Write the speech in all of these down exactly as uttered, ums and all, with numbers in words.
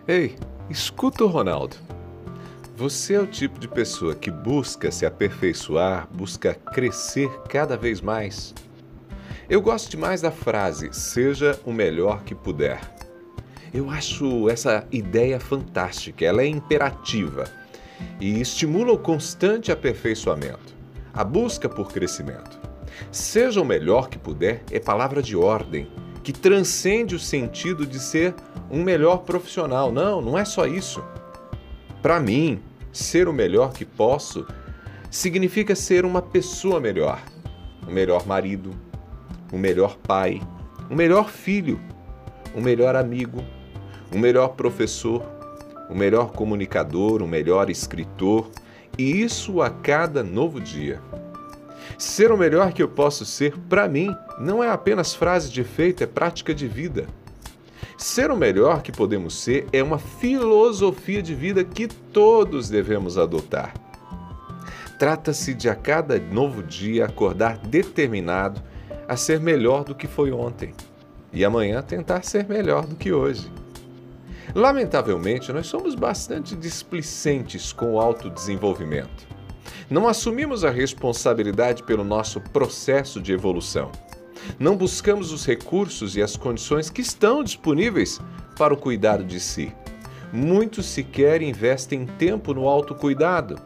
Ei, escuta o Ronaldo. Você é o tipo de pessoa que busca se aperfeiçoar, busca crescer cada vez mais? Eu gosto demais da frase, seja o melhor que puder. Eu acho essa ideia fantástica, ela é imperativa e estimula o constante aperfeiçoamento, a busca por crescimento. Seja o melhor que puder é palavra de ordem, que transcende o sentido de ser um melhor profissional. Não, não é só isso. Para mim, ser o melhor que posso significa ser uma pessoa melhor. Um melhor marido, um melhor pai, um melhor filho, um melhor amigo, um melhor professor, um melhor comunicador, um melhor escritor, e isso a cada novo dia. Ser o melhor que eu posso ser, para mim, não é apenas frase de efeito, é prática de vida. Ser o melhor que podemos ser é uma filosofia de vida que todos devemos adotar. Trata-se de a cada novo dia acordar determinado a ser melhor do que foi ontem e amanhã tentar ser melhor do que hoje. Lamentavelmente, nós somos bastante displicentes com o autodesenvolvimento. Não assumimos a responsabilidade pelo nosso processo de evolução. Não buscamos os recursos e as condições que estão disponíveis para o cuidado de si. Muitos sequer investem tempo no autocuidado.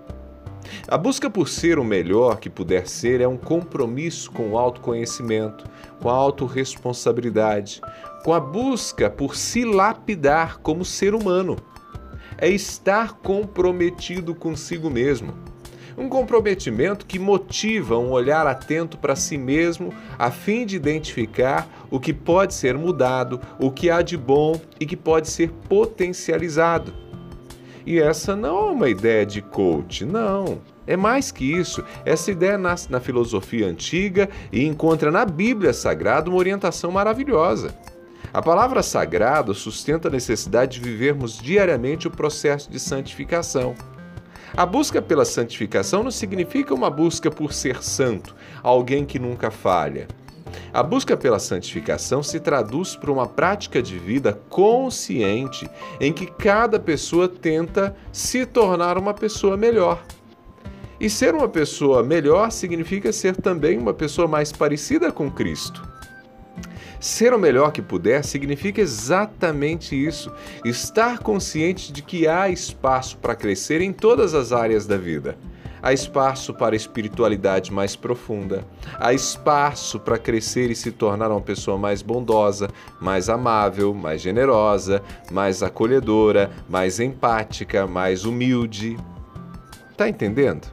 A busca por ser o melhor que puder ser é um compromisso com o autoconhecimento, com a autorresponsabilidade, com a busca por se lapidar como ser humano. É estar comprometido consigo mesmo. Um comprometimento que motiva um olhar atento para si mesmo a fim de identificar o que pode ser mudado, o que há de bom e que pode ser potencializado. E essa não é uma ideia de coach, não. É mais que isso. Essa ideia nasce na filosofia antiga e encontra na Bíblia Sagrada uma orientação maravilhosa. A palavra sagrada sustenta a necessidade de vivermos diariamente o processo de santificação. A busca pela santificação não significa uma busca por ser santo, alguém que nunca falha. A busca pela santificação se traduz por uma prática de vida consciente em que cada pessoa tenta se tornar uma pessoa melhor. E ser uma pessoa melhor significa ser também uma pessoa mais parecida com Cristo. Ser o melhor que puder significa exatamente isso, estar consciente de que há espaço para crescer em todas as áreas da vida. Há espaço para a espiritualidade mais profunda, há espaço para crescer e se tornar uma pessoa mais bondosa, mais amável, mais generosa, mais acolhedora, mais empática, mais humilde. Tá entendendo?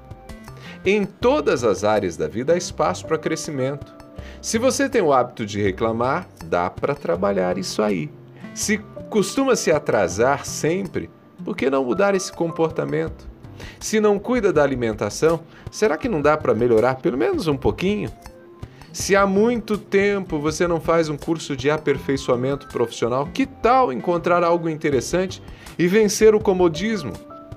Em todas as áreas da vida há espaço para crescimento. Se você tem o hábito de reclamar, dá para trabalhar isso aí. Se costuma se atrasar sempre, por que não mudar esse comportamento? Se não cuida da alimentação, será que não dá para melhorar pelo menos um pouquinho? Se há muito tempo você não faz um curso de aperfeiçoamento profissional, que tal encontrar algo interessante e vencer o comodismo?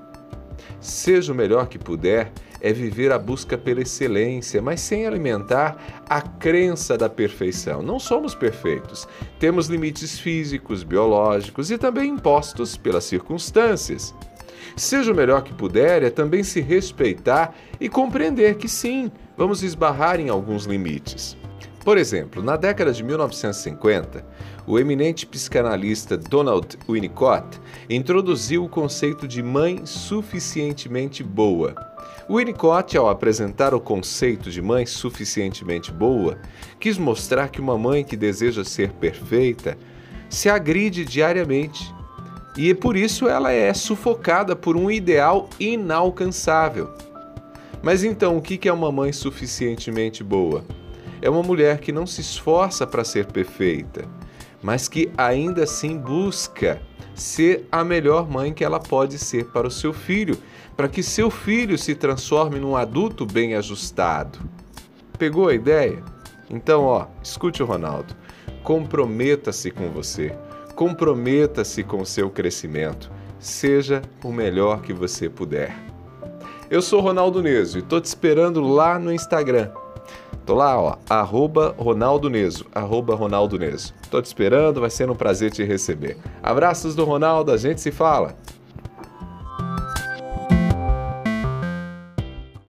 Seja o melhor que puder, é viver a busca pela excelência, mas sem alimentar a crença da perfeição. Não somos perfeitos. Temos limites físicos, biológicos e também impostos pelas circunstâncias. Seja o melhor que puder é também se respeitar e compreender que sim, vamos esbarrar em alguns limites. Por exemplo, na década de mil novecentos e cinquenta, o eminente psicanalista Donald Winnicott introduziu o conceito de mãe suficientemente boa. Winnicott, ao apresentar o conceito de mãe suficientemente boa, quis mostrar que uma mãe que deseja ser perfeita se agride diariamente e por isso ela é sufocada por um ideal inalcançável. Mas então, o que é uma mãe suficientemente boa? É uma mulher que não se esforça para ser perfeita, mas que ainda assim busca ser a melhor mãe que ela pode ser para o seu filho, para que seu filho se transforme num adulto bem ajustado. Pegou a ideia? Então, ó, escute o Ronaldo. Comprometa-se com você. Comprometa-se com o seu crescimento. Seja o melhor que você puder. Eu sou Ronaldo Neso e estou te esperando lá no Instagram. Tô lá, ó, arroba Ronaldo Neso, arroba Ronaldo Neso. Tô te esperando, vai ser um prazer te receber. Abraços do Ronaldo, a gente se fala.